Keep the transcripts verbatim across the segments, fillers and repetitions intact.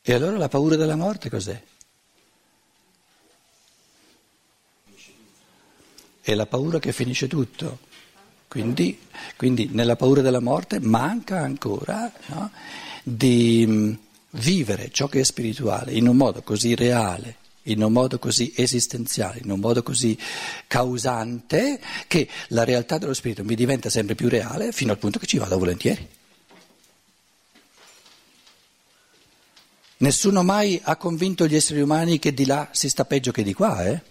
E allora la paura della morte cos'è? È la paura che finisce tutto. Quindi, quindi nella paura della morte manca ancora, no, di mh, vivere ciò che è spirituale in un modo così reale, in un modo così esistenziale, in un modo così causante, che la realtà dello spirito mi diventa sempre più reale fino al punto che ci vado volentieri. Nessuno mai ha convinto gli esseri umani che di là si sta peggio che di qua, eh?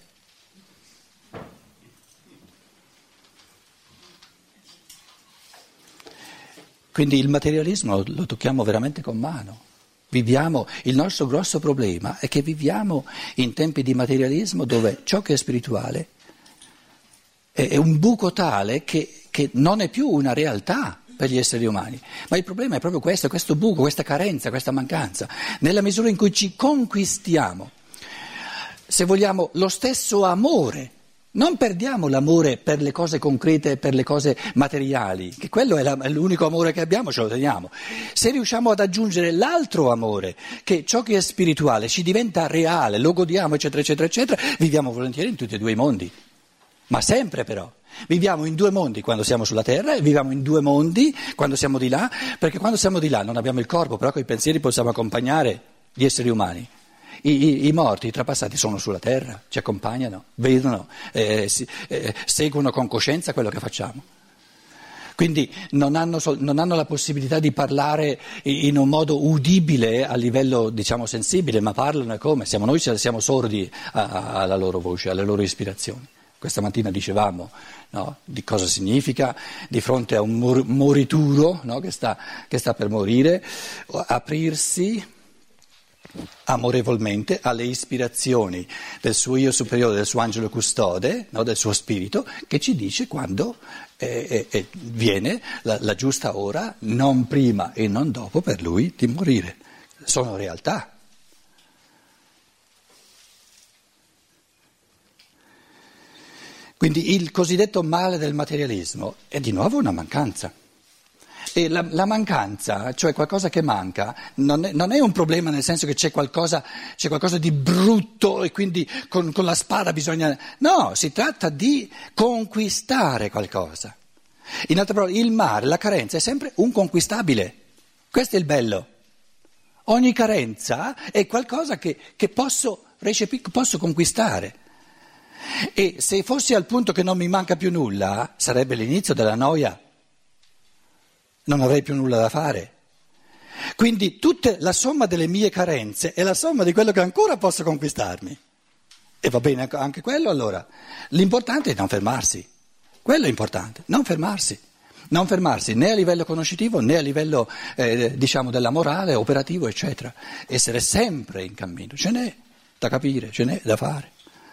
Quindi il materialismo lo tocchiamo veramente con mano. Viviamo, il nostro grosso problema è che viviamo in tempi di materialismo dove ciò che è spirituale è, è un buco tale che, che non è più una realtà per gli esseri umani. Ma il problema è proprio questo, questo buco, questa carenza, questa mancanza. Nella misura in cui ci conquistiamo, se vogliamo, lo stesso amore. Non perdiamo l'amore per le cose concrete, per le cose materiali, che quello è, la, è l'unico amore che abbiamo, ce lo teniamo. Se riusciamo ad aggiungere l'altro amore, che ciò che è spirituale ci diventa reale, lo godiamo, eccetera, eccetera, eccetera, viviamo volentieri in tutti e due i mondi. Ma sempre però. Viviamo in due mondi quando siamo sulla terra e viviamo in due mondi quando siamo di là, perché quando siamo di là non abbiamo il corpo, però con i pensieri possiamo accompagnare gli esseri umani. I, i, I morti, i trapassati sono sulla terra, ci accompagnano, vedono, eh, si, eh, seguono con coscienza quello che facciamo. Quindi non hanno, non hanno la possibilità di parlare in un modo udibile a livello, diciamo, sensibile, ma parlano come? Siamo noi siamo sordi alla loro voce, alle loro ispirazioni. Questa mattina dicevamo, no, di cosa significa di fronte a un mor- morituro, no, che sta, che sta per morire, aprirsi amorevolmente alle ispirazioni del suo io superiore, del suo angelo custode, no, del suo spirito, che ci dice quando eh, eh, viene la, la giusta ora, non prima e non dopo, per lui di morire. Sono realtà. Quindi il cosiddetto male del materialismo è di nuovo una mancanza. E la, la mancanza, cioè qualcosa che manca, non è, non è un problema nel senso che c'è qualcosa, c'è qualcosa di brutto e quindi con, con la spada bisogna... No, si tratta di conquistare qualcosa. In altre parole, il mare, la carenza è sempre un conquistabile. Questo è il bello. Ogni carenza è qualcosa che, che posso recepire, posso conquistare. E se fossi al punto che non mi manca più nulla, sarebbe l'inizio della noia. Non avrei più nulla da fare. Quindi tutta la somma delle mie carenze è la somma di quello che ancora posso conquistarmi. E va bene anche quello allora. L'importante è non fermarsi. Quello è importante, non fermarsi. Non fermarsi né a livello conoscitivo né a livello eh, diciamo della morale, operativo, eccetera. Essere sempre in cammino. Ce n'è da capire, ce n'è da fare.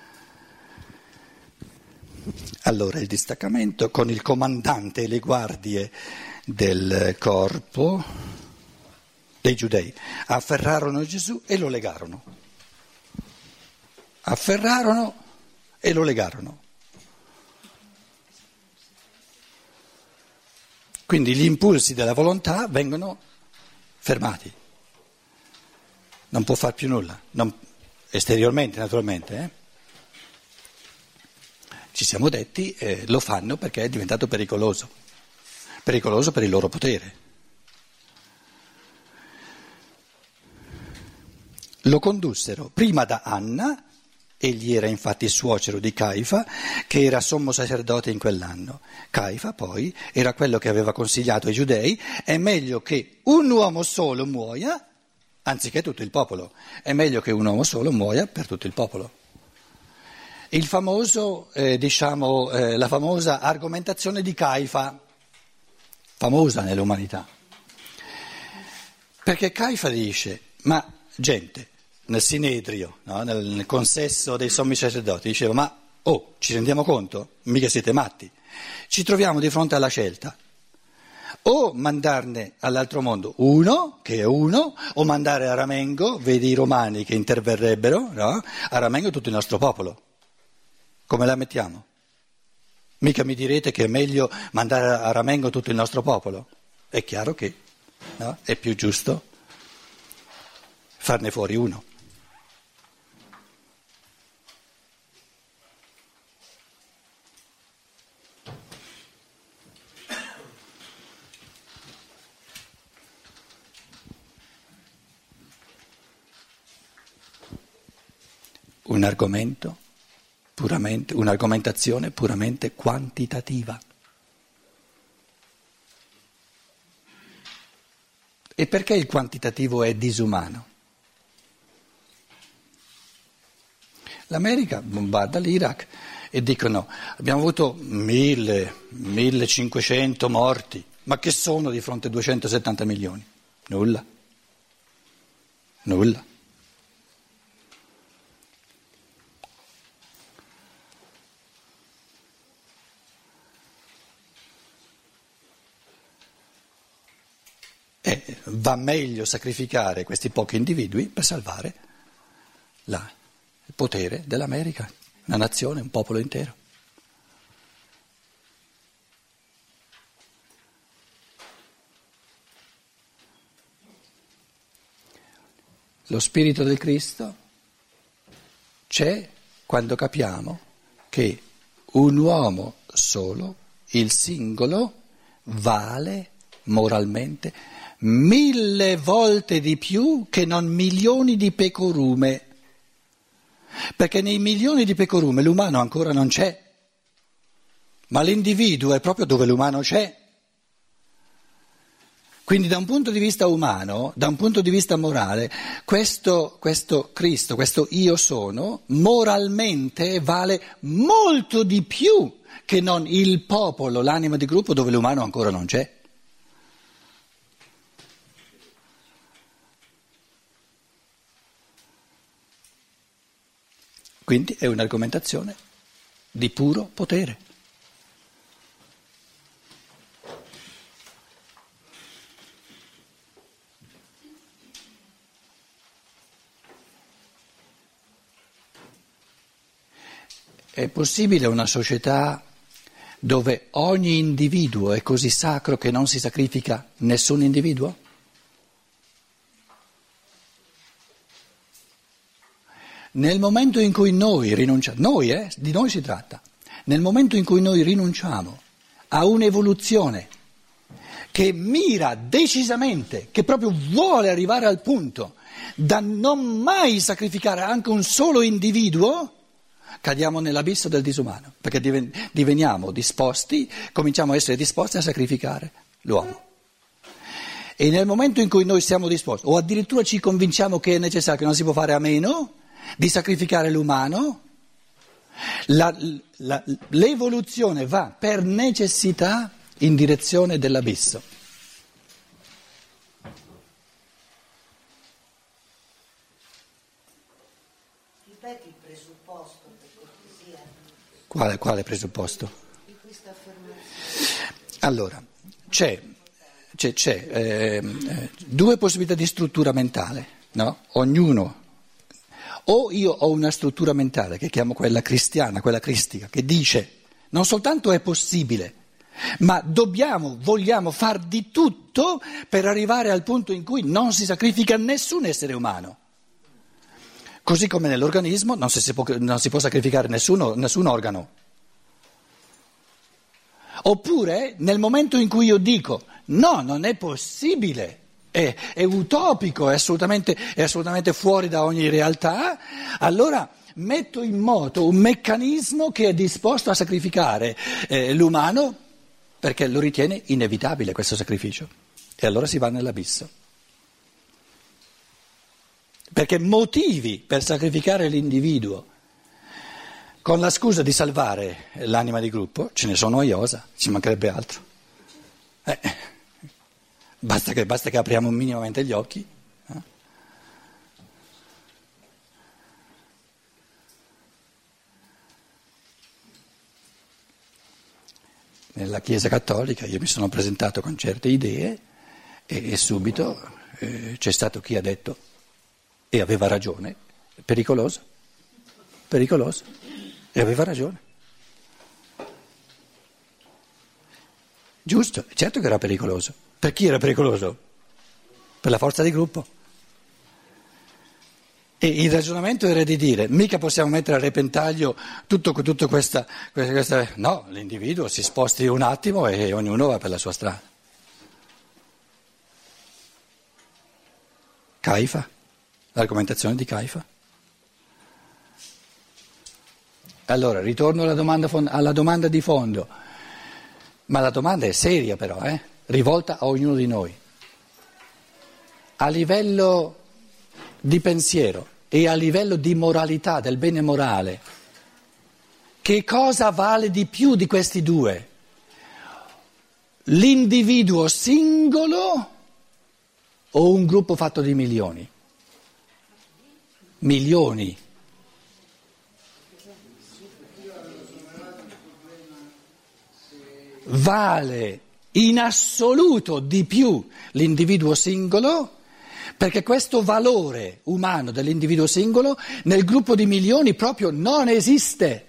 Allora il distaccamento con il comandante e le guardie del corpo dei giudei afferrarono Gesù e lo legarono. Afferrarono e lo legarono. Quindi gli impulsi della volontà vengono fermati. Non può far più nulla, non, esteriormente naturalmente, eh? Ci siamo detti, eh, lo fanno perché è diventato pericoloso, pericoloso per il loro potere. Lo condussero prima da Anna, egli era infatti suocero di Caifa, che era sommo sacerdote in quell'anno. Caifa poi era quello che aveva consigliato ai giudei, è meglio che un uomo solo muoia, anziché tutto il popolo, è meglio che un uomo solo muoia per tutto il popolo. Il famoso, eh, diciamo, eh, la famosa argomentazione di Caifa, famosa nell'umanità, perché Caifa dice, ma gente, nel Sinedrio, no? nel, nel consesso dei sommi sacerdoti, diceva, ma oh, ci rendiamo conto? Mica siete matti, ci troviamo di fronte alla scelta, o mandarne all'altro mondo uno, che è uno, o mandare a Ramengo, vedi i romani che interverrebbero, no? A Ramengo tutto il nostro popolo. Come la mettiamo? Mica mi direte che è meglio mandare a Ramengo tutto il nostro popolo? È chiaro che no? È più giusto farne fuori uno. Un argomento puramente, un'argomentazione puramente quantitativa. E perché il quantitativo è disumano? L'America bombarda l'Iraq e dicono abbiamo avuto mille, millecinquecento morti, ma che sono di fronte a duecentosettanta milioni? Nulla. Nulla. E va meglio sacrificare questi pochi individui per salvare la, il potere dell'America, una nazione, un popolo intero. Lo Spirito del Cristo c'è quando capiamo che un uomo solo, il singolo, vale moralmente mille volte di più che non milioni di pecorume, perché nei milioni di pecorume l'umano ancora non c'è, ma l'individuo è proprio dove l'umano c'è. Quindi da un punto di vista umano, da un punto di vista morale, questo, questo Cristo, questo io sono, moralmente vale molto di più che non il popolo, l'anima di gruppo dove l'umano ancora non c'è. Quindi è un'argomentazione di puro potere. È possibile una società dove ogni individuo è così sacro che non si sacrifica nessun individuo? Nel momento in cui noi rinunciamo, noi, eh, di noi si tratta, nel momento in cui noi rinunciamo a un'evoluzione che mira decisamente, che proprio vuole arrivare al punto da non mai sacrificare anche un solo individuo, cadiamo nell'abisso del disumano, perché diveniamo disposti, cominciamo a essere disposti a sacrificare l'uomo. E nel momento in cui noi siamo disposti, o addirittura ci convinciamo che è necessario, che non si può fare a meno di sacrificare l'umano, la, la, l'evoluzione va per necessità in direzione dell'abisso. Ripeti il presupposto per cortesia. Quale, quale presupposto? Di questa affermazione. Allora, c'è, c'è, c'è eh, due possibilità di struttura mentale, no? Ognuno. O io ho una struttura mentale che chiamo quella cristiana, quella cristica, che dice non soltanto è possibile, ma dobbiamo, vogliamo far di tutto per arrivare al punto in cui non si sacrifica nessun essere umano. Così come nell'organismo non si può, non si può sacrificare nessuno, nessun organo. Oppure nel momento in cui io dico no, non è possibile, È, è utopico, è assolutamente, è assolutamente fuori da ogni realtà, allora metto in moto un meccanismo che è disposto a sacrificare eh, l'umano perché lo ritiene inevitabile questo sacrificio e allora si va nell'abisso. Perché motivi per sacrificare l'individuo con la scusa di salvare l'anima di gruppo ce ne sono a iosa, ci mancherebbe altro. Eh. Basta che, basta che apriamo minimamente gli occhi. Eh? Nella Chiesa Cattolica io mi sono presentato con certe idee e, e subito eh, c'è stato chi ha detto, e aveva ragione, pericoloso, pericoloso, e aveva ragione. Giusto, certo che era pericoloso. Per chi era pericoloso? Per la forza di gruppo. E il ragionamento era di dire, mica possiamo mettere a repentaglio tutto, tutto questa, questa, questa... No, l'individuo si sposti un attimo e ognuno va per la sua strada. Caifa, l'argomentazione di Caifa. Allora, ritorno alla domanda, alla domanda di fondo, ma la domanda è seria però, eh? Rivolta a ognuno di noi. A livello di pensiero e a livello di moralità, del bene morale, che cosa vale di più di questi due? L'individuo singolo o un gruppo fatto di milioni? Milioni. Vale in assoluto di più l'individuo singolo, perché questo valore umano dell'individuo singolo nel gruppo di milioni proprio non esiste.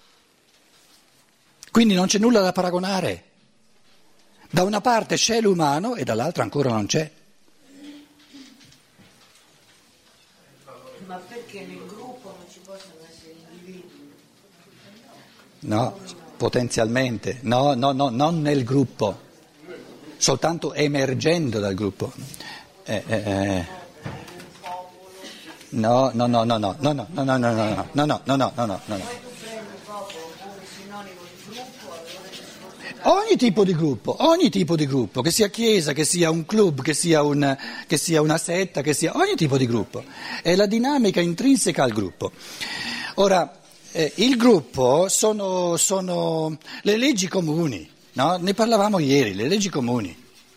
Quindi non c'è nulla da paragonare. Da una parte c'è l'umano e dall'altra ancora non c'è. Ma perché nel gruppo non ci possono essere individui? No, potenzialmente, no, no, no, non nel gruppo, soltanto emergendo dal gruppo. Eh, eh, eh. No, no, no, no, no, no, no, no, no, no, no, no, no, no, no, no, no, no. Ogni tipo di gruppo, ogni tipo di gruppo, che sia chiesa, che sia un club, che sia, un, che sia una setta, che sia ogni tipo di gruppo, è la dinamica intrinseca al gruppo. Ora, eh, il gruppo sono, sono le leggi comuni, no? Ne parlavamo ieri, le leggi comuni.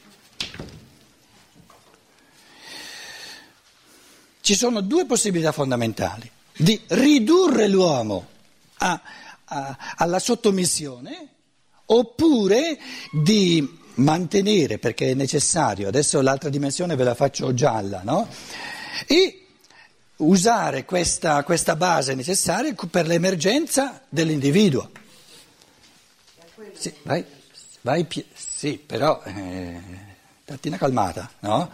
Ci sono due possibilità fondamentali: di ridurre l'uomo a, a, alla sottomissione, oppure di mantenere, perché è necessario, adesso l'altra dimensione ve la faccio gialla, no? E usare questa, questa base necessaria per l'emergenza dell'individuo. Sì, vai, vai, sì, però eh, datti una calmata, no?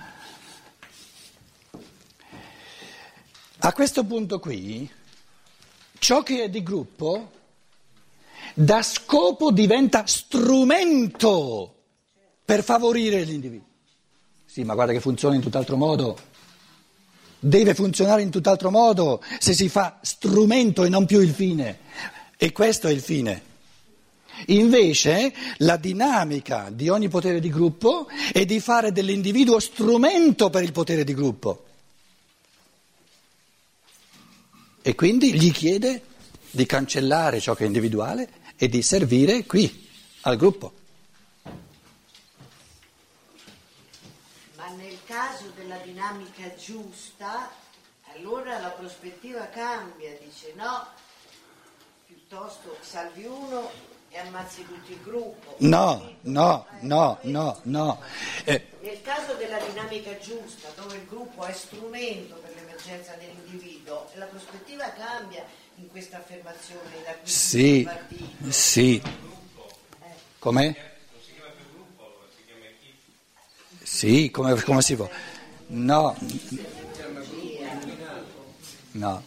A questo punto qui, ciò che è di gruppo da scopo diventa strumento per favorire l'individuo. Sì, ma guarda che funziona in tutt'altro modo. Deve funzionare in tutt'altro modo se si fa strumento e non più il fine. E questo è il fine. Invece la dinamica di ogni potere di gruppo è di fare dell'individuo strumento per il potere di gruppo. E quindi gli chiede di cancellare ciò che è individuale e di servire qui, al gruppo. Ma nel caso della dinamica giusta, allora la prospettiva cambia, dice no, piuttosto salvi uno e ammazzi tutto il gruppo. No, no, no, no, no. Eh. Nel caso della dinamica giusta, dove il gruppo è strumento per l'emergenza dell'individuo, la prospettiva cambia in questa affermazione da cui sì, partito. Sì. Eh. Com'è? Non si chiama più gruppo, allora si chiama equipe. Sì, come, come si può? No. No.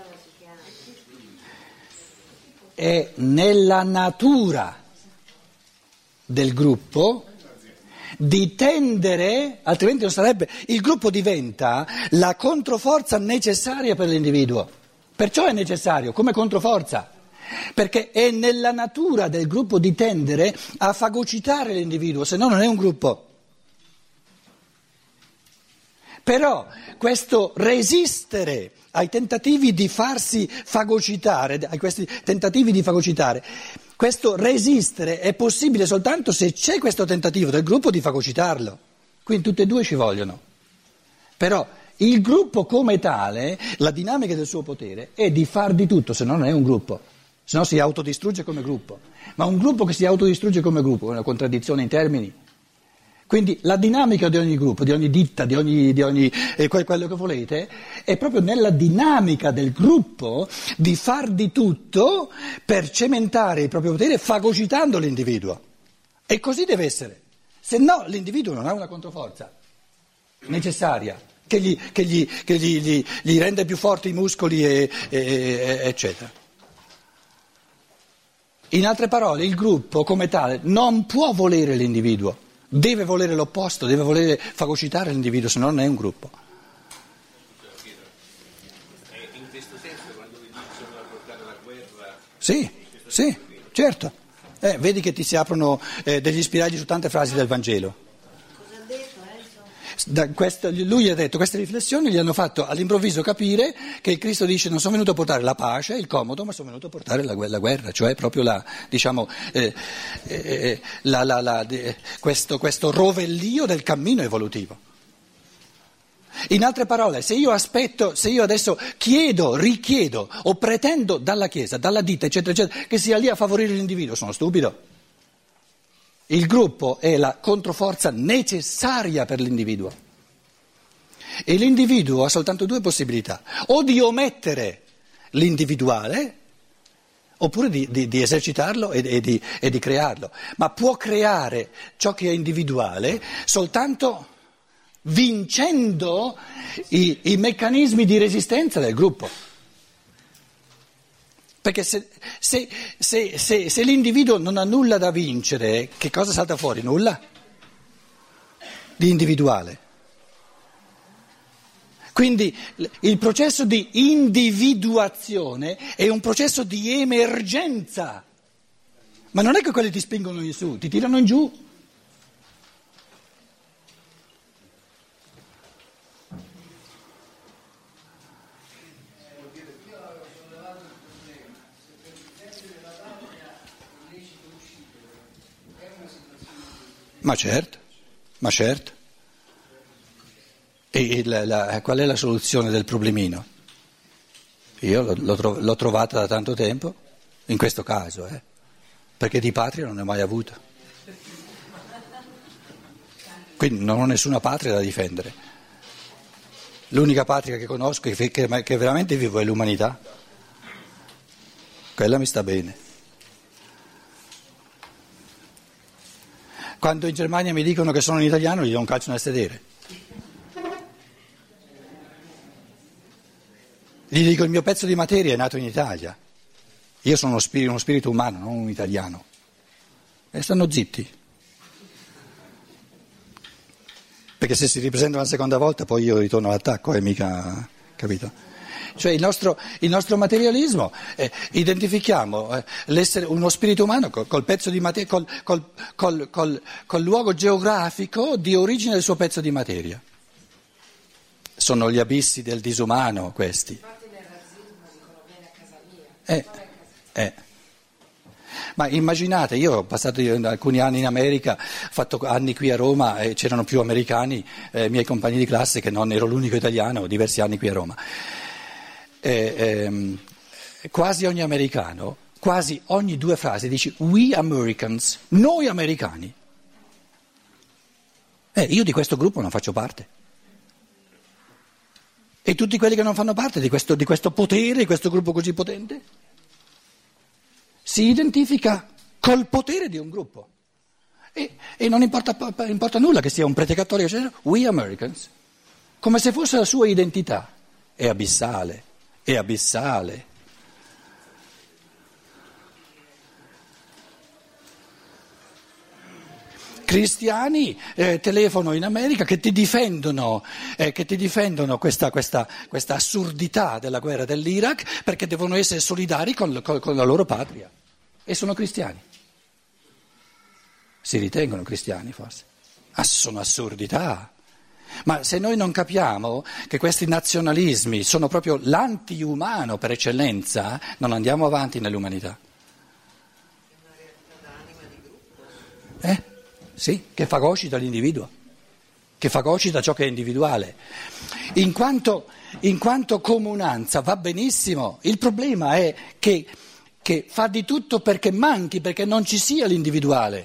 È nella natura del gruppo di tendere, altrimenti non sarebbe, il gruppo diventa la controforza necessaria per l'individuo, perciò è necessario come controforza, perché è nella natura del gruppo di tendere a fagocitare l'individuo, se no non è un gruppo. Però questo resistere ai tentativi di farsi fagocitare, a questi tentativi di fagocitare, questo resistere è possibile soltanto se c'è questo tentativo del gruppo di fagocitarlo. Quindi tutte e due ci vogliono. Però il gruppo come tale, la dinamica del suo potere è di far di tutto, se no non è un gruppo, se no si autodistrugge come gruppo. Ma un gruppo che si autodistrugge come gruppo è una contraddizione in termini. Quindi la dinamica di ogni gruppo, di ogni ditta, di ogni, di ogni eh, quello che volete, è proprio nella dinamica del gruppo di far di tutto per cementare il proprio potere fagocitando l'individuo. E così deve essere. Se no l'individuo non ha una controforza necessaria che gli, che gli, che gli, gli, gli rende più forti i muscoli, e, e, eccetera. In altre parole, il gruppo come tale non può volere l'individuo, deve volere l'opposto, deve volere fagocitare l'individuo, se no non è un gruppo. In questo senso, quando vi dicono a portare la guerra... Sì, sì, certo. Eh, vedi che ti si aprono eh, degli spiragli su tante frasi del Vangelo. Cosa ha detto Enzo? Da questo, lui ha detto, queste riflessioni gli hanno fatto all'improvviso capire che il Cristo dice: non sono venuto a portare la pace, il comodo, ma sono venuto a portare la, la guerra, cioè proprio la, diciamo, eh, eh, la, la, la, eh, questo, questo rovellio del cammino evolutivo. In altre parole, se io aspetto, se io adesso chiedo, richiedo o pretendo dalla Chiesa, dalla ditta, eccetera, eccetera, che sia lì a favorire l'individuo, sono stupido. Il gruppo è la controforza necessaria per l'individuo. E l'individuo ha soltanto due possibilità: o di omettere l'individuale, oppure di, di, di esercitarlo e, e, di, e di crearlo. Ma può creare ciò che è individuale soltanto vincendo i, i meccanismi di resistenza del gruppo. Perché se, se, se, se, se l'individuo non ha nulla da vincere, che cosa salta fuori? Nulla di individuale. Quindi il processo di individuazione è un processo di emergenza, ma non è che quelli ti spingono in su, ti tirano in giù. Ma certo, ma certo. E la, la, qual è la soluzione del problemino? Io l'ho, l'ho, trov- l'ho trovata da tanto tempo, in questo caso, eh, perché di patria non ne ho mai avuta. Quindi non ho nessuna patria da difendere. L'unica patria che conosco e che, che veramente vivo è l'umanità. Quella mi sta bene. Quando in Germania mi dicono che sono un italiano, gli do un calcio nel sedere. Gli dico: il mio pezzo di materia è nato in Italia. Io sono uno spirito, uno spirito umano, non un italiano. E stanno zitti. Perché se si ripresentano la seconda volta poi io ritorno all'attacco e mica, capito? Cioè il nostro, il nostro materialismo, eh, identifichiamo eh, l'essere uno spirito umano col, col pezzo di materia, col, col, col, col, col luogo geografico di origine del suo pezzo di materia. Sono gli abissi del disumano questi. Infatti nel razzismo dicono vieni a casa mia. Eh, eh. Ma immaginate, io ho passato alcuni anni in America, ho fatto anni qui a Roma e c'erano più americani, eh, miei compagni di classe, che non ero l'unico italiano, diversi anni qui a Roma. Eh, ehm, quasi ogni americano, quasi ogni due frasi dice we Americans, noi americani. Eh, io di questo gruppo non faccio parte. E tutti quelli che non fanno parte di questo, di questo potere, di questo gruppo così potente, si identifica col potere di un gruppo. E, e non importa, importa nulla che sia un predicatore, eccetera, we Americans, come se fosse la sua identità. È abissale, è abissale. Cristiani eh, telefono in America che ti difendono, eh, che ti difendono questa, questa, questa assurdità della guerra dell'Iraq, perché devono essere solidari con, con, con la loro patria. E sono cristiani. Si ritengono cristiani forse. Ah, sono assurdità. Ma se noi non capiamo che questi nazionalismi sono proprio l'antiumano per eccellenza, non andiamo avanti nell'umanità. È una realtà d'anima di gruppo. Eh? Sì, che fagocita l'individuo, che fagocita ciò che è individuale. In quanto, in quanto comunanza va benissimo, il problema è che, che fa di tutto perché manchi, perché non ci sia l'individuale.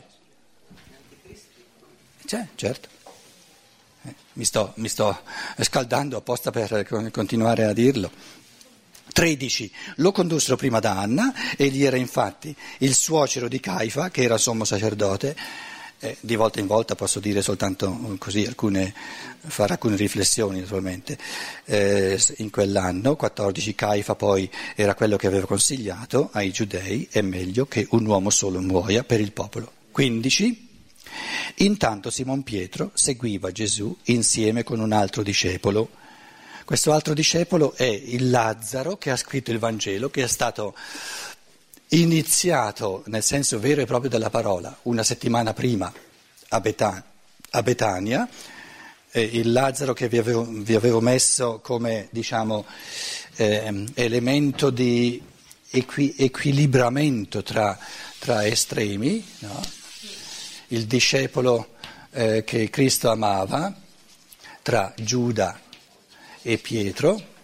Cioè, certo. Eh, mi, sto, mi sto scaldando apposta per continuare a dirlo. tredici. Lo condussero prima da Anna, egli era infatti il suocero di Caifa, che era sommo sacerdote. Eh, di volta in volta posso dire soltanto così, alcune, fare alcune riflessioni naturalmente. Eh, in quell'anno, quattordici, Caifa poi era quello che aveva consigliato ai giudei: è meglio che un uomo solo muoia per il popolo. quindici, intanto Simon Pietro seguiva Gesù insieme con un altro discepolo. Questo altro discepolo è il Lazzaro che ha scritto il Vangelo, che è stato iniziato nel senso vero e proprio della parola una settimana prima a, Betan- a Betania, eh, il Lazzaro che vi avevo, vi avevo messo come, diciamo, eh, elemento di equi- equilibramento tra, tra estremi, no? Il discepolo eh, che Cristo amava, tra Giuda e Pietro.